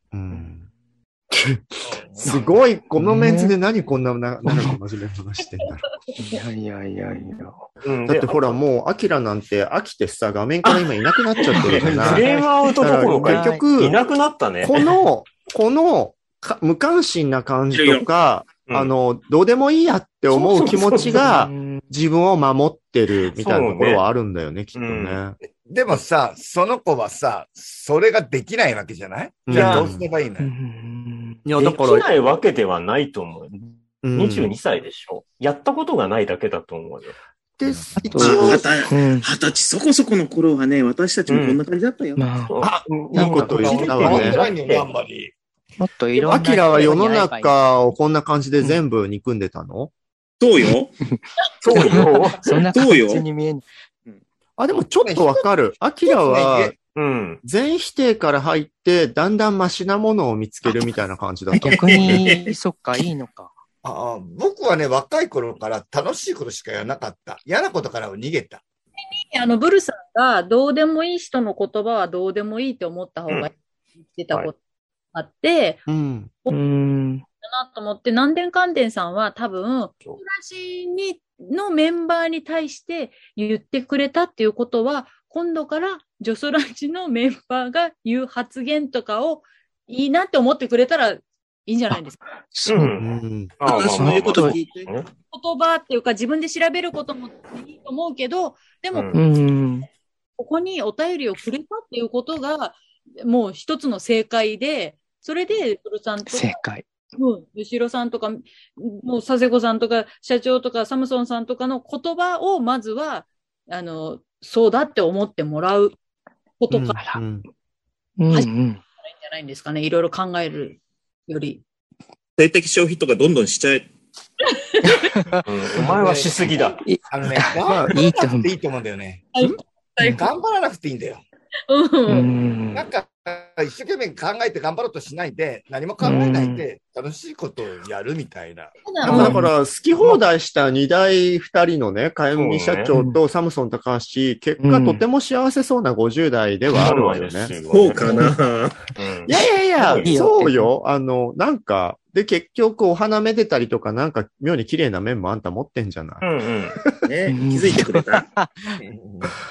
すごい、このメンツで何こんな真面目な話してんだろう。 いや。 だってほらもう、アキラなんて飽きてさ、画面から今いなくなっちゃってるじゃない。 フレームアウトどころか、結局、いなくなったね。 この無関心な感じとか、どうでもいいやって思う気持ちが、自分を守ってるみたいなところはあるんだよね、きっとね。 でもさ、その子はさ、それができないわけじゃない？じゃあどうすればいいの？ いや、だから。できないわけではないと思う。22歳でしょ。やったことがないだけだと思うよ。 で、 一応、20歳そこそこの頃はね、私たちもこんな感じだったよ。 いいこと言ったわね。 もっといろんな。 アキラは世の中をこんな感じで全部憎んでたの？ そうよ。 そうよ。そんな感じに見えない。 でもちょっとわかる。アキラは、全否定から入って、だんだんマシなものを見つけるみたいな感じだった。 逆に、そっか、いいのか。 僕はね、若い頃から楽しいことしかやらなかった。嫌なことからは逃げた。 ブルさんが、どうでもいい人の言葉はどうでもいいって思った方がいいって言ってたことがあって、だなと思って、南電関電さんは多分、私のメンバーに対して言ってくれたっていうことは、今度からジョソラジのメンバーが言う発言とかをいいなって思ってくれたらいいんじゃないですか。 そういうこと聞いて。言葉っていうか自分で調べることもいいと思うけど、でも、ここにお便りをくれたっていうことが、もう一つの正解で、それで、ブルさんと正解。 吉郎さんとか、もう佐世子さんとか、社長とか、サムソンさんとかの言葉を、まずは、そうだって思ってもらうことから、始めたらいいんじゃないんですかね。いろいろ考えるより。 性的消費とかどんどんしちゃえ。 お前はしすぎだ。 頑張らなくていいと思うんだよね。頑張らなくていいんだよ。なんか、一生懸命考えて頑張ろうとしないで、何も考えないで、楽しいことをやるみたいな。 だから、好き放題した2人のね、かゆみ社長とサムソン高橋、結果とても幸せそうな50代ではあるわよね。 そうかな。 いや、そうよ。なんか、で、結局お花めでたりとか、なんか妙に綺麗な面もあんた持ってんじゃない。 気づいてくれた。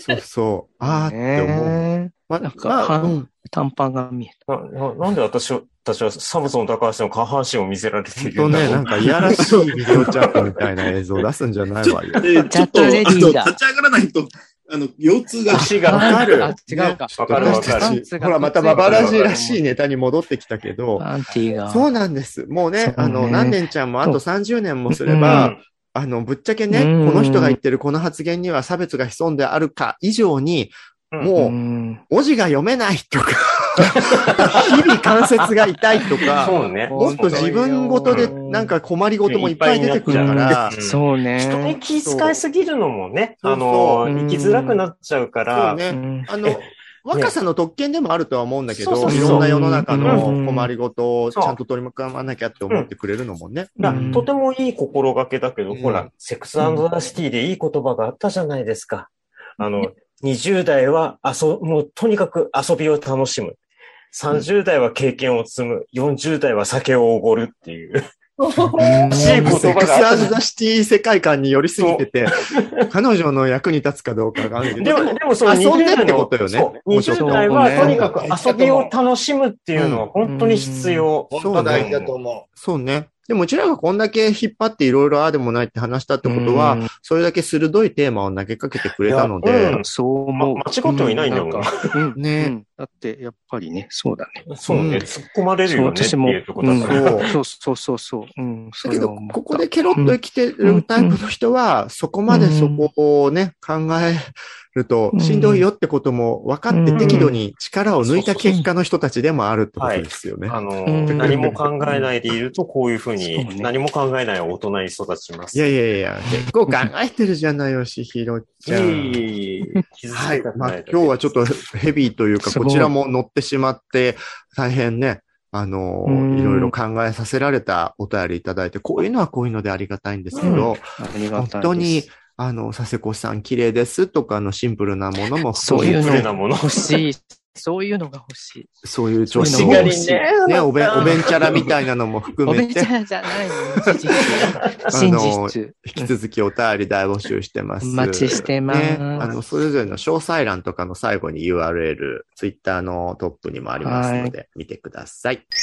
そうそう。あーって思う。 なんか、短パンが見えなんで私たちはサムソン高橋の下半身を見せられているた。 んだろう。 なんかいやらしいビデオチャットみたいな映像出すんじゃないわよ。 ちょっと、立ち上がらないと、腰痛が。 足が。 わかる。 違うか。 わかるわかる。 ほら、またババラジらしいネタに戻ってきたけど、 パンティが。 そうなんです。もうね、何年ちゃんもあと30年もすれば、ぶっちゃけね、この人が言ってるこの発言には差別が潜んであるか以上に、もう、文字が読めないとか、日々関節が痛いとか、もっと自分ごとでなんか困りごともいっぱい出てくるから、 そうね。 人に気遣いすぎるのもね、生きづらくなっちゃうから、 そうね。若さの特権でもあるとは思うんだけど、いろんな世の中の困りごとをちゃんと取り組まなきゃって思ってくれるのもね。 とてもいい心がけだけど、ほら、セックス&ザ・シティでいい言葉があったじゃないですか。20代はもうとにかく遊びを楽しむ。30代は経験を積む。40代は酒をおごるっていう。 セックス&ザ・シティ世界観に寄りすぎてて、彼女の役に立つかどうかがあるけど。 でもその遊んでってことよね。 20代はとにかく遊びを楽しむっていうのは本当に必要。 本当大事だと思う。 そうね。でもうちらがこんだけ引っ張っていろいろああでもないって話したってことは、それだけ鋭いテーマを投げかけてくれたので。 そう思う。 間違ってはいないんだもん。 ね。 だって、やっぱりね、そうだね。 そうね。突っ込まれるよねっていうところだから。 そう。 だけど、ここでケロッと生きてるタイプの人は、そこまでそこをね、考えると、しんどいよってことも分かって適度に力を抜いた結果の人たちでもあるってことですよね。 何も考えないでいると、こういうふうに、何も考えない大人に育ちます。 いや、結構考えてるじゃないよ、しひろちゃん。 はい。 まあ今日はちょっとヘビーというか、こちらも乗ってしまって、大変ね、いろいろ考えさせられたお便りいただいて、こういうのはこういうのでありがたいんですけど、本当に、佐世子さん綺麗ですとかシンプルなものもそういうの欲しい。そういうのが欲しい。 そういう調子が欲しい。ね、おべんちゃらみたいなのも含めて。 おべんちゃらじゃないの。真実。 引き続きお便り大募集してます。 お待ちしてます。 ね、それぞれの詳細欄とかの最後に URL、ツイッターのトップにもありますので、見てください。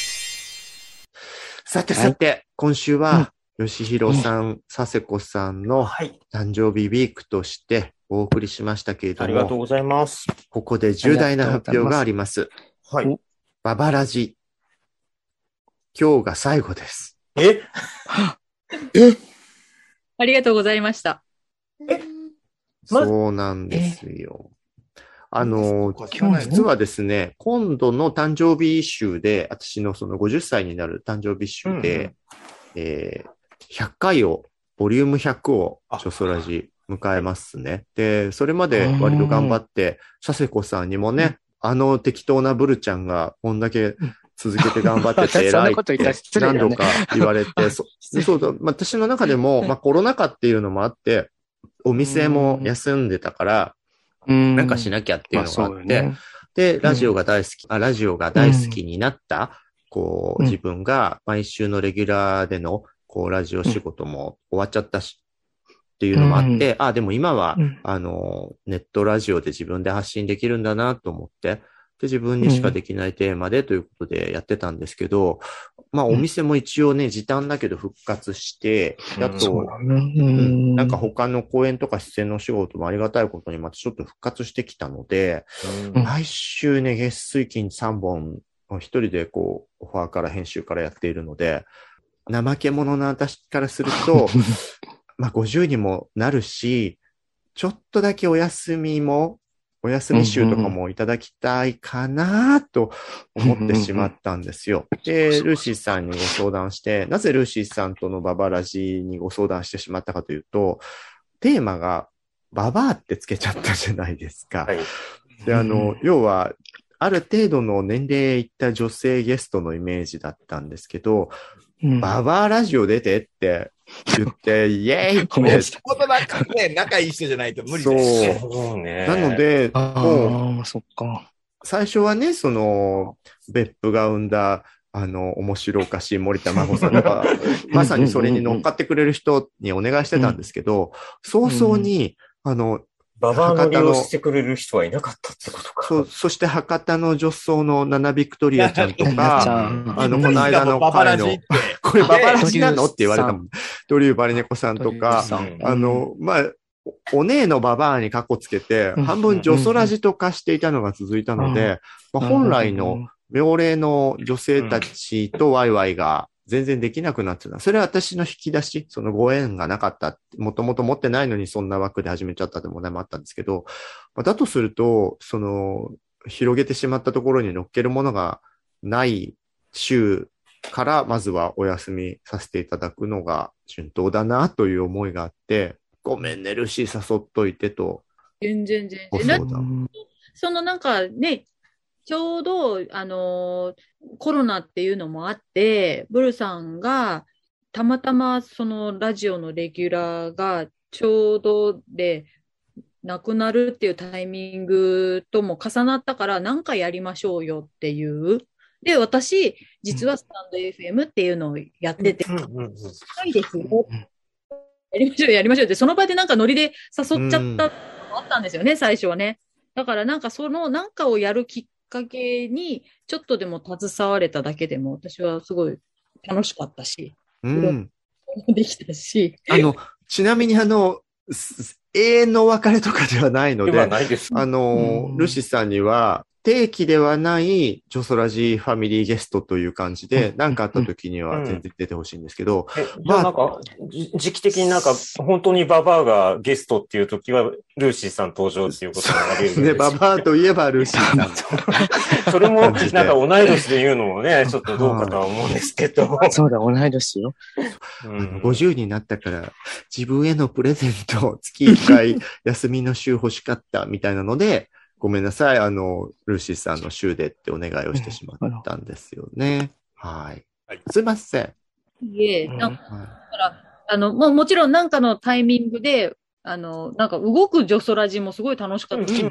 さて、今週は、吉弘さん、佐世子さんの誕生日ウィークとしてお送りしましたけれども、 ありがとうございます。 ここで重大な発表があります。 はい。 ババラジ。今日が最後です。 ありがとうございました。 そうなんですよ。実はですね、今度の誕生日集で、私のその50歳になる誕生日集で、100回を、ボリューム100を、ジョソラジ迎えますね。で、それまで割と頑張って、佐世子さんにもね、適当なブルちゃんがこんだけ続けて頑張ってて偉いって何度か言われて、そうだ、私の中でも、コロナ禍っていうのもあって、お店も休んでたから、なんかしなきゃっていうのがあって、で、ラジオが大好きになった、自分が毎週のレギュラーでの、ラジオ仕事も終わっちゃったし、っていうのもあって、でも今は、ネットラジオで自分で発信できるんだなと思って、で、自分にしかできないテーマでということでやってたんですけど、お店も一応ね、時短だけど復活して、あと、なんか他の講演とか出演の仕事もありがたいことにまたちょっと復活してきたので、毎週ね、月水金3本、一人でオファーから編集からやっているので、怠け者な私からすると、50にもなるし、ちょっとだけお休み週とかもいただきたいかなと思ってしまったんですよ。で、ルーシーさんにご相談して、なぜルーシーさんとのババラジにご相談してしまったかというと、テーマがババアってつけちゃったじゃないですか。はい、で、要は、ある程度の年齢いった女性ゲストのイメージだったんですけど、ババアラジオ出てって言って、イエーイって。 仕事なんかね、仲いい人じゃないと無理ですね。 そうね。なので、 そっか。 最初はね、別府が生んだ、面白おかしい森田真帆さんとか、まさにそれに乗っかってくれる人にお願いしてたんですけど、早々に、 ババアの利用してくれる人はいなかったってことか。 そして博多の女装のナナビクトリアちゃんとか、この間の回の、これババラジなのって言われたもん。ドリューバリネコさんとか、まあ、お姉のババアにカッコつけて、半分女装ラジと化していたのが続いたので、まあ、本来の妙齢の女性たちとワイワイが全然できなくなってた。それは私の引き出し、そのご縁がなかった。もともと持ってないのにそんな枠で始めちゃったって問題もあったんですけど、まあ、だとすると、広げてしまったところに乗っけるものがない週からまずはお休みさせていただくのが順当だなという思いがあって、ごめんね、ルシー誘っといてと。 全然。なんかね、ちょうど、コロナっていうのもあって、ブルさんが、たまたまそのラジオのレギュラーがちょうどで、なくなるっていうタイミングとも重なったから、なんかやりましょうよっていう。で、私、実はスタンド FM っていうのをやってて、はいですよ。やりましょうって、その場でなんかノリで誘っちゃったのもあったんですよね、最初はね。だからなんかなんかをやるきっかけに、ちょっとでも携われただけでも、私はすごい楽しかったし、できたし。 ちなみに永遠のお別れとかではないので、ルシさんには、定期ではないジョソラジファミリーゲストという感じで、何かあった時には全然出てほしいんですけど。 まあなんか、時期的になんか、本当にババアがゲストっていう時は、ルーシーさん登場っていうことになれるんですね。ババアといえばルーシーさん。それも、なんか同い年で言うのもね、ちょっとどうかとは思うんですけど。 そうだ、同い年よ。 50になったから、自分へのプレゼント、月1回休みの週欲しかったみたいなので、ごめんなさい。ルーシーさんの週でってお願いをしてしまったんですよね。はい。すいません。 いえ、だからもちろんなんかのタイミングで、なんか動くジョソラジもすごい楽しかったし。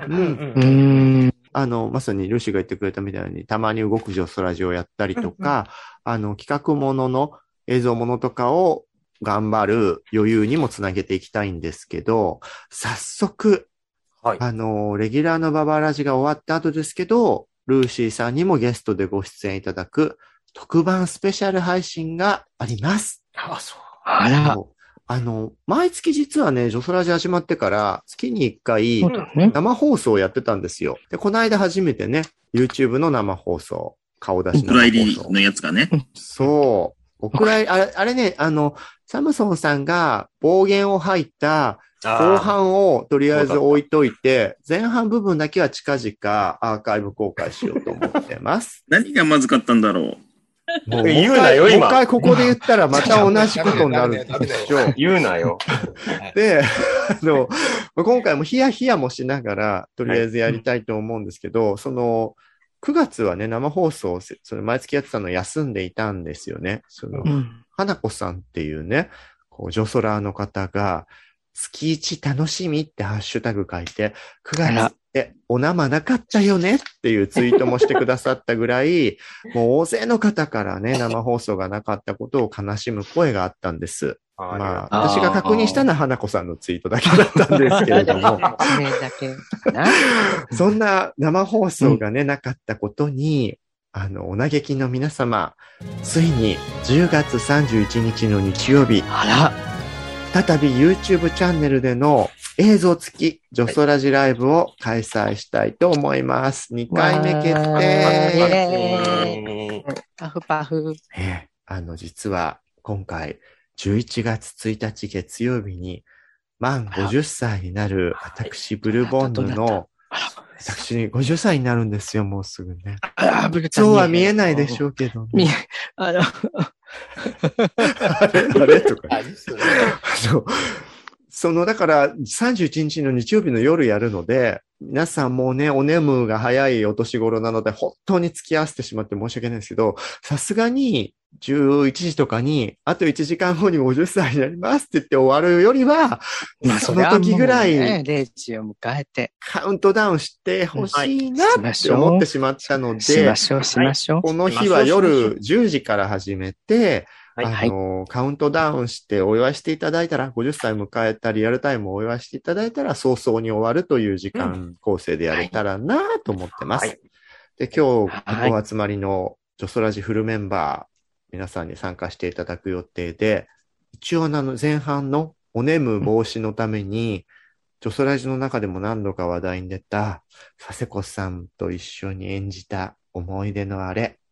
まさにルーシーが言ってくれたみたいに、たまに動くジョソラジをやったりとか、企画ものの映像ものとかを頑張る余裕にもつなげていきたいんですけど、早速、はい、レギュラーのババアラジが終わった後ですけど、ルーシーさんにもゲストでご出演いただく特番スペシャル配信があります。 あら。 毎月実はね、ジョソラジ始まってから月に1回生放送をやってたんですよ。で、この間初めてね、YouTube の生放送、顔出しの生放送。 お蔵入りのやつがね。 そう。お蔵入り、あれね、サムソンさんが暴言を吐いた後半をとりあえず置いといて、前半部分だけは近々アーカイブ公開しようと思ってます。 何がまずかったんだろう。もう言うなよ、今。 もう一回ここで言ったらまた同じことになるでしょう。 言うなよ。 で、今回もヒヤヒヤもしながら、とりあえずやりたいと思うんですけど、9月はね、生放送、毎月やってたの休んでいたんですよね。花子さんっていうね、ジョソラーの方が、月1楽しみってハッシュタグ書いて、9月ってお生なかったよねっていうツイートもしてくださったぐらい、もう大勢の方からね、生放送がなかったことを悲しむ声があったんです。まあ、私が確認したのは花子さんのツイートだけだったんですけれども。そんな生放送がね、なかったことに、お嘆きの皆様、ついに10月31日の日曜日、再び YouTube チャンネルでの映像付きジョソラジライブを開催したいと思います。2回目決定。 パフパフ。 実は今回11月1日月曜日に満50歳になる私ブルボンヌの私50歳になるんですよ、もうすぐね。そうは見えないでしょうけど、ね。あれとか。だから31日の日曜日の夜やるので、皆さんもうね、お眠が早いお年頃なので、本当に付き合わせてしまって申し訳ないんですけど、さすがに11時とかに、あと1時間後に50歳になりますって言って終わるよりは、その時ぐらい、 0時を迎えて、 カウントダウンしてほしいなって思ってしまったので、 しましょう。 この日は夜10時から始めて、 はい。 カウントダウンしてお祝いしていただいたら、50歳迎えたリアルタイムをお祝いしていただいたら、早々に終わるという時間構成でやれたらなと思ってます。 はい。 で、今日、お集まりのジョソラジフルメンバー、皆さんに参加していただく予定で、一応前半のお眠防止のために、ジョソラジの中でも何度か話題に出た、佐世子さんと一緒に演じた思い出のあれ。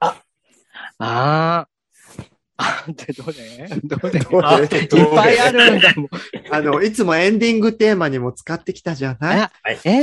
で、どれいっぱいあるんだもん。 いつもエンディングテーマにも使ってきたじゃない？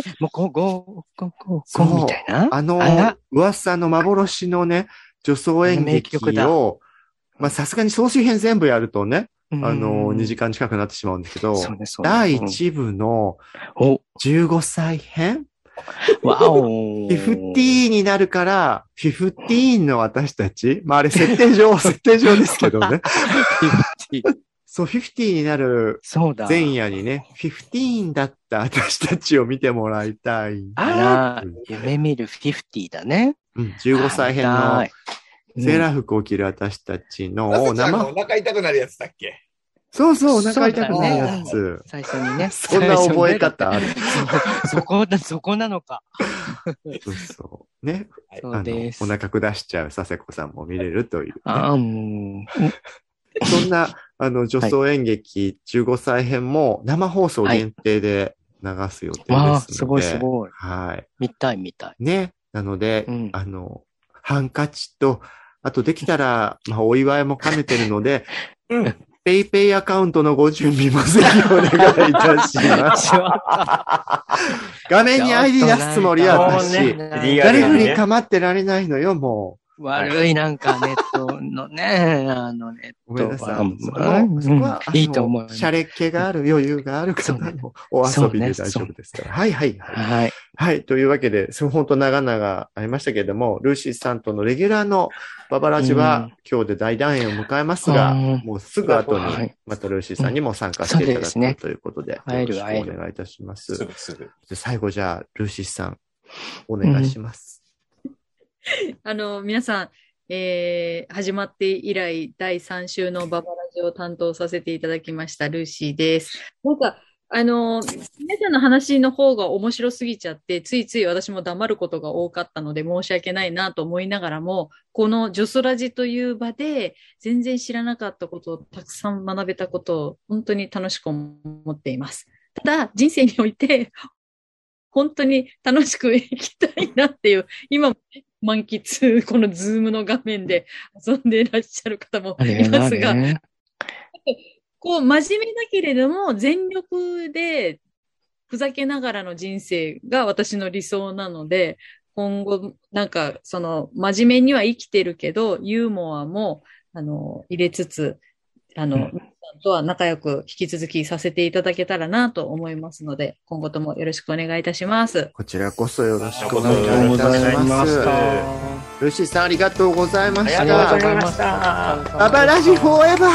もうこうみたいな噂の幻のね、女装演劇を、まあ、さすがに総集編全部やるとね、2時間近くなってしまうんですけど、第1部の15歳編わお。 50になるから、15の私たち、まああれ設定上ですけどね。そう、50になる前夜にね、15だった私たちを見てもらいたい。 夢見る50だね。 15歳編のセーラー服を着る私たちのお腹痛くなるやつだっけ？ そう、お腹痛くなるやつ。 最初にね。 そんな覚え方ある。 そこなのか。 そう。ね。 そうです。 お腹下しちゃう佐世子さんも見れるという。 もう。 そんな、女装演劇15歳編も生放送限定で流す予定ですので。 すごい。 はい。 見たい。 ね。なので、ハンカチと、あとできたら、まあ、お祝いも兼ねてるので、ペイペイアカウントのご準備もぜひお願いいたします。画面に ID 出すつもりは私、誰ふり構ってられないのよ、もう。 悪いなんかネットのね、ネット。 ごめんなさい。そこは、 いいと思う。 シャレっ気がある、余裕がある方のお遊びで大丈夫ですから。はい。はい。というわけで、本当長々ありましたけれども、ルーシーさんとのレギュラーのババラジは今日で大団円を迎えますが、もうすぐ後にまたルーシーさんにも参加していただくということで、よろしくお願いいたします。最後じゃあ、ルーシーさん、お願いします。 皆さん、始まって以来第3週のババラジを担当させていただきましたルーシーです。なんか皆さんの話の方が面白すぎちゃって、ついつい私も黙ることが多かったので申し訳ないなと思いながらも、このジョソラジという場で全然知らなかったことをたくさん学べたことを本当に楽しく思っています。ただ人生において本当に楽しく生きたいなっていう、今も満喫、このズームの画面で遊んでいらっしゃる方もいますが、こう真面目だけれども全力でふざけながらの人生が私の理想なので、今後なんかその真面目には生きてるけどユーモアも入れつつ皆さんとは仲良く引き続きさせていただけたらなと思いますので、今後ともよろしくお願いいたします。 こちらこそよろしくお願いいたします。ルーシーさんありがとうございました。 ありがとうございました。 ババラジフォーエバー。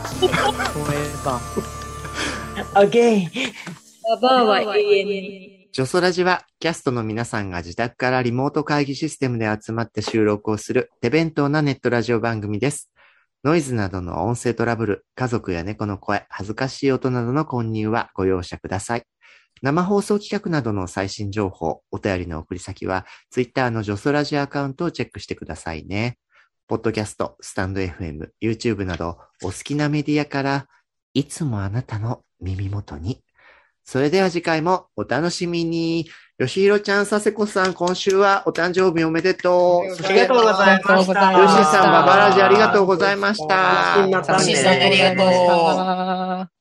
アゲイン。 ババアは永遠に。 ジョソラジはキャストの皆さんが自宅からリモート会議システムで集まって収録をする手弁当なネットラジオ番組です。ノイズなどの音声トラブル、家族や猫の声、恥ずかしい音などの混入はご容赦ください。生放送企画などの最新情報、お便りの送り先は、Twitter のジョソラジアカウントをチェックしてくださいね。ポッドキャスト、スタンド FM、YouTube など、お好きなメディアから、いつもあなたの耳元に。それでは次回もお楽しみに。よしひろちゃん、佐世子さん、今週はお誕生日おめでとう。 ありがとうございました。 よしさん、ババラジありがとうございました。 またね。 ありがとう。